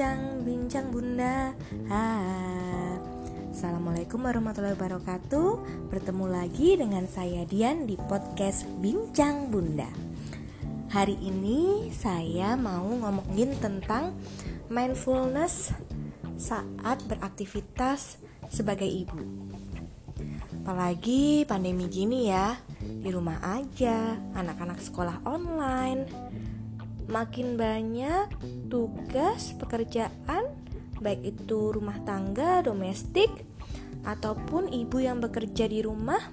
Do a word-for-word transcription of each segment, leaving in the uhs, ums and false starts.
Bincang-bincang Bunda. Ah. Assalamualaikum warahmatullahi wabarakatuh. Bertemu lagi dengan saya Dian di podcast Bincang Bunda. Hari ini saya mau ngomongin tentang mindfulness saat beraktivitas sebagai ibu. Apalagi pandemi gini ya, di rumah aja, anak-anak sekolah online, makin banyak tugas pekerjaan, baik itu rumah tangga, domestik, ataupun ibu yang bekerja di rumah,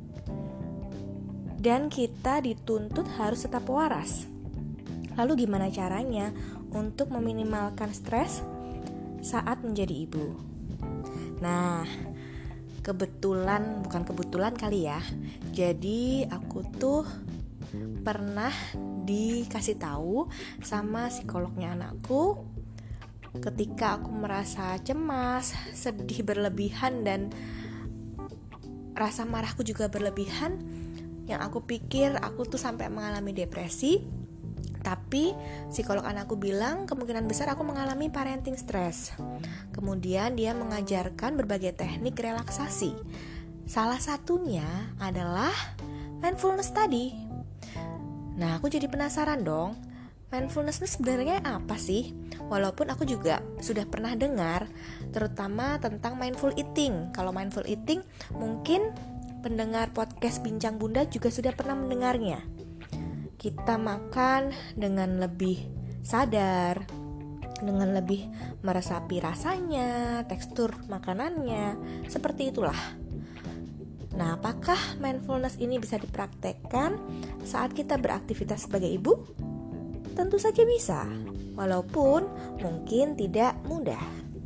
dan kita dituntut harus tetap waras. Lalu gimana caranya untuk meminimalkan stres saat menjadi ibu? Nah, kebetulan, bukan kebetulan kali ya, jadi aku tuh pernah dikasih tahu sama psikolognya anakku ketika aku merasa cemas, sedih berlebihan, dan rasa marahku juga berlebihan, yang aku pikir aku tuh sampai mengalami depresi. Tapi psikolog anakku bilang kemungkinan besar aku mengalami parenting stress. Kemudian dia mengajarkan berbagai teknik relaksasi. Salah satunya adalah mindfulness tadi. Nah, aku jadi penasaran dong, mindfulness itu sebenarnya apa sih? Walaupun aku juga sudah pernah dengar, terutama tentang mindful eating. Kalau mindful eating, mungkin pendengar podcast Bincang Bunda juga sudah pernah mendengarnya. Kita makan dengan lebih sadar, dengan lebih meresapi rasanya, tekstur makanannya, seperti itulah. Nah, apakah mindfulness ini bisa dipraktekkan saat kita beraktivitas sebagai ibu? Tentu saja bisa, walaupun mungkin tidak mudah.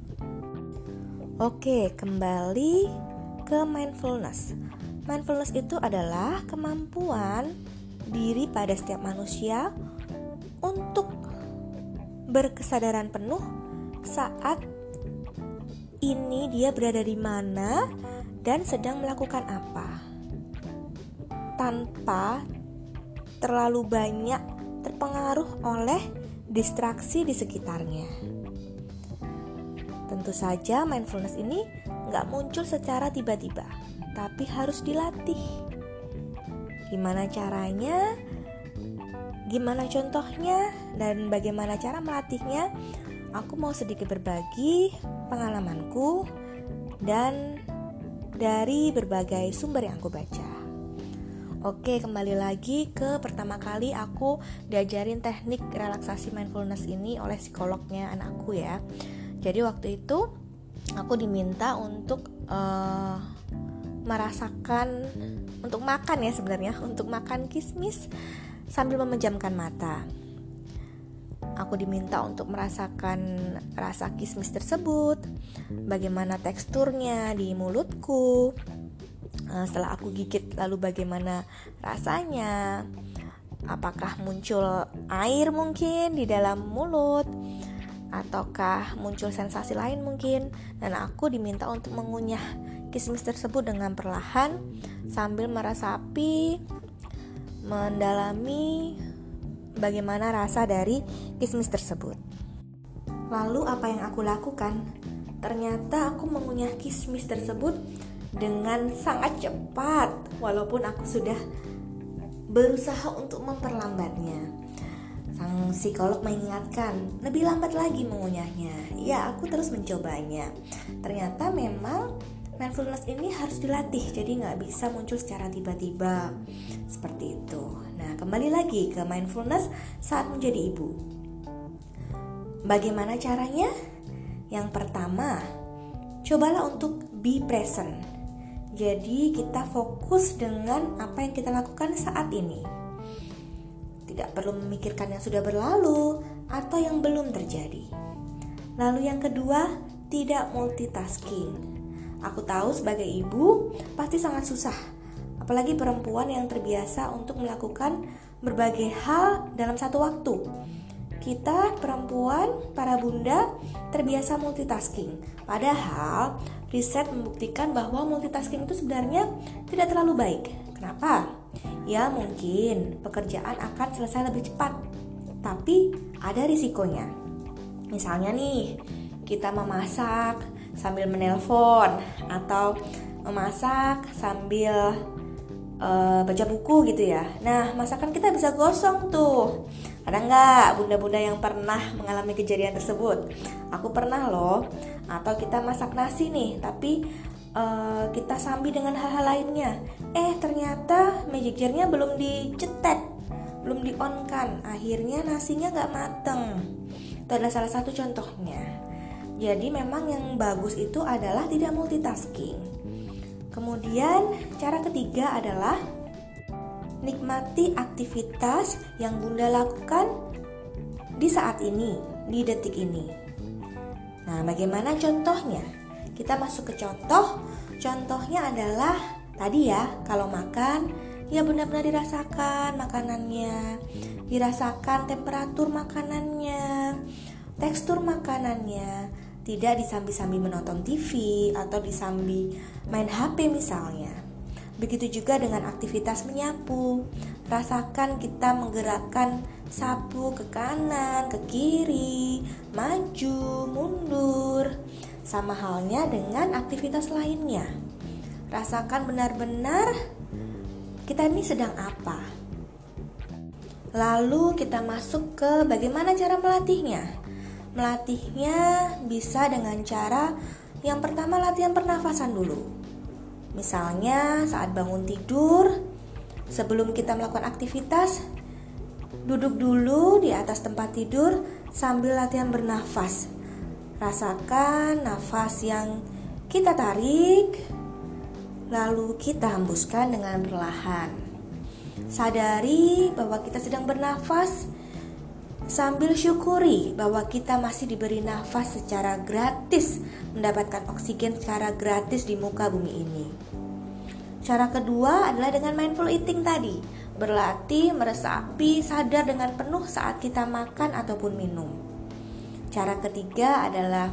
Oke, kembali ke mindfulness. Mindfulness itu adalah kemampuan diri pada setiap manusia untuk berkesadaran penuh saat ini dia berada di mana dan sedang melakukan apa, tanpa terlalu banyak terpengaruh oleh distraksi di sekitarnya. Tentu saja mindfulness ini gak muncul secara tiba-tiba, tapi harus dilatih. Gimana caranya, gimana contohnya, dan bagaimana cara melatihnya? Aku mau sedikit berbagi pengalamanku dan dari berbagai sumber yang aku baca. Oke, kembali lagi ke pertama kali aku diajarin teknik relaksasi mindfulness ini oleh psikolognya anakku ya. Jadi waktu itu aku diminta untuk uh, merasakan, untuk makan ya sebenarnya, untuk makan kismis sambil memejamkan mata. Aku diminta untuk merasakan rasa kismis tersebut, bagaimana teksturnya di mulutku, setelah aku gigit lalu bagaimana rasanya, apakah muncul air mungkin di dalam mulut, ataukah muncul sensasi lain mungkin. Dan aku diminta untuk mengunyah kismis tersebut dengan perlahan sambil meresapi, mendalami bagaimana rasa dari kismis tersebut. Lalu apa yang aku lakukan? Ternyata aku mengunyah kismis tersebut dengan sangat cepat, walaupun aku sudah berusaha untuk memperlambatnya. Sang psikolog mengingatkan, lebih lambat lagi mengunyahnya. Ya, aku terus mencobanya. Ternyata memang mindfulness ini harus dilatih, jadi gak bisa muncul secara tiba-tiba. Seperti itu. Nah, kembali lagi ke mindfulness saat menjadi ibu. Bagaimana caranya? Yang pertama, cobalah untuk be present. Jadi kita fokus dengan apa yang kita lakukan saat ini. Tidak perlu memikirkan yang sudah berlalu atau yang belum terjadi. Lalu yang kedua, tidak multitasking. Aku tahu sebagai ibu pasti sangat susah, apalagi perempuan yang terbiasa untuk melakukan berbagai hal dalam satu waktu. Kita perempuan, para bunda terbiasa multitasking. Padahal riset membuktikan bahwa multitasking itu sebenarnya tidak terlalu baik. Kenapa? Ya mungkin pekerjaan akan selesai lebih cepat, tapi ada risikonya. Misalnya nih, kita memasak sambil menelpon atau memasak sambil uh, baca buku gitu ya. Nah, masakan kita bisa gosong tuh. Ada nggak bunda-bunda yang pernah mengalami kejadian tersebut? Aku pernah loh. Atau kita masak nasi nih, tapi uh, kita sambil dengan hal-hal lainnya. Eh, ternyata magic jar-nya belum dicetek, belum di-on-kan. Akhirnya nasinya nggak mateng. Itu adalah salah satu contohnya. Jadi memang yang bagus itu adalah tidak multitasking. Kemudian cara ketiga adalah nikmati aktivitas yang Bunda lakukan di saat ini, di detik ini. Nah, bagaimana contohnya? Kita masuk ke contoh. Contohnya adalah tadi ya, kalau makan ya benar-benar dirasakan makanannya, dirasakan temperatur makanannya, tekstur makanannya, tidak disambi-sambi menonton T V atau disambi main H P misalnya. Begitu juga dengan aktivitas menyapu. Rasakan kita menggerakkan sapu ke kanan, ke kiri, maju, mundur. Sama halnya dengan aktivitas lainnya. Rasakan benar-benar kita ini sedang apa. Lalu kita masuk ke bagaimana cara melatihnya. Melatihnya bisa dengan cara yang pertama latihan pernafasan dulu. Misalnya saat bangun tidur, sebelum kita melakukan aktivitas, duduk dulu di atas tempat tidur sambil latihan bernafas. Rasakan nafas yang kita tarik, lalu kita hembuskan dengan perlahan. Sadari bahwa kita sedang bernafas, sambil syukuri bahwa kita masih diberi nafas secara gratis, mendapatkan oksigen secara gratis di muka bumi ini. Cara kedua adalah dengan mindful eating tadi, berlatih meresapi sadar dengan penuh saat kita makan ataupun minum. Cara ketiga adalah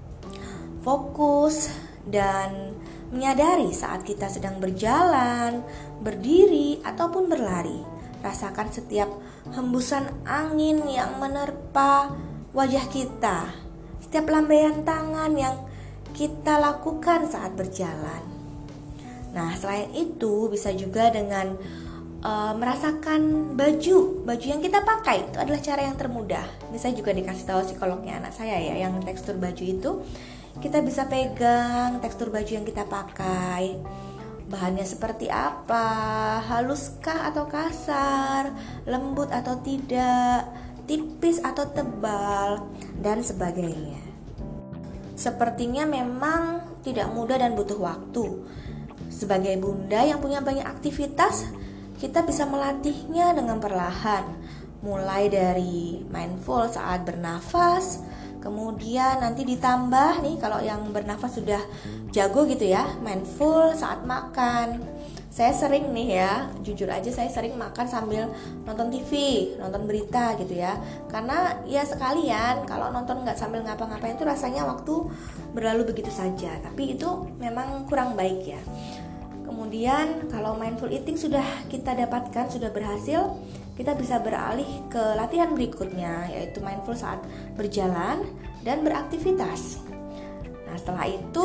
fokus dan menyadari saat kita sedang berjalan, berdiri, ataupun berlari. Rasakan setiap hembusan angin yang menerpa wajah kita, setiap lambaian tangan yang kita lakukan saat berjalan. Nah, selain itu bisa juga dengan uh, merasakan baju, baju yang kita pakai. Itu adalah cara yang termudah. Bisa juga dikasih tahu psikolognya anak saya ya, yang tekstur baju itu kita bisa pegang tekstur baju yang kita pakai. Bahannya seperti apa, haluskah atau kasar, lembut atau tidak, tipis atau tebal, dan sebagainya. Sepertinya memang tidak mudah dan butuh waktu. Sebagai bunda yang punya banyak aktivitas, kita bisa melatihnya dengan perlahan. Mulai dari mindful saat bernafas, kemudian nanti ditambah nih kalau yang bernafas sudah jago gitu ya, mindful saat makan. Saya sering nih ya, jujur aja saya sering makan sambil nonton T V, nonton berita gitu ya. Karena ya sekalian kalau nonton nggak sambil ngapa-ngapain itu rasanya waktu berlalu begitu saja. Tapi itu memang kurang baik ya. Kemudian kalau mindful eating sudah kita dapatkan, sudah berhasil, kita bisa beralih ke latihan berikutnya, yaitu mindful saat berjalan dan beraktivitas. Nah, setelah itu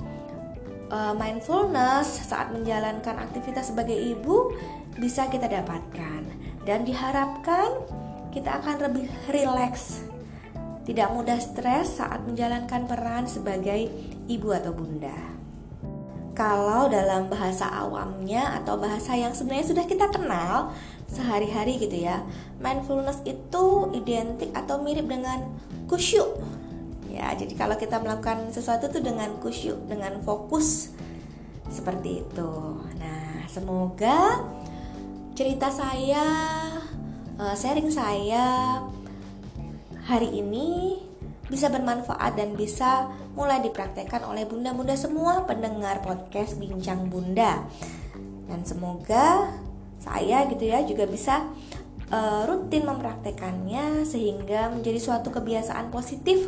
mindfulness saat menjalankan aktivitas sebagai ibu bisa kita dapatkan, dan diharapkan kita akan lebih rileks, tidak mudah stres saat menjalankan peran sebagai ibu atau bunda. Kalau dalam bahasa awamnya atau bahasa yang sebenarnya sudah kita kenal sehari-hari gitu ya, mindfulness itu identik atau mirip dengan khusyuk. Ya, jadi kalau kita melakukan sesuatu itu dengan khusyuk, dengan fokus seperti itu. Nah, semoga cerita saya, sharing saya hari ini bisa bermanfaat dan bisa mulai dipraktekkan oleh bunda-bunda semua pendengar podcast Bincang Bunda. Dan semoga saya gitu ya juga bisa uh, rutin mempraktekannya sehingga menjadi suatu kebiasaan positif.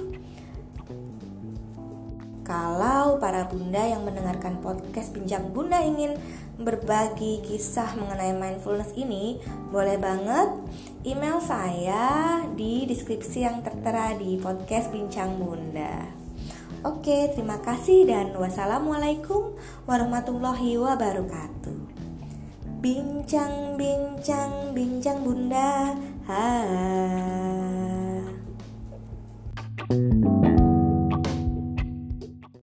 Kalau para bunda yang mendengarkan podcast Bincang Bunda ingin berbagi kisah mengenai mindfulness ini, boleh banget email saya di deskripsi yang tertera di podcast Bincang Bunda. Oke, terima kasih dan wassalamualaikum warahmatullahi wabarakatuh. Bincang, bincang, bincang Bunda,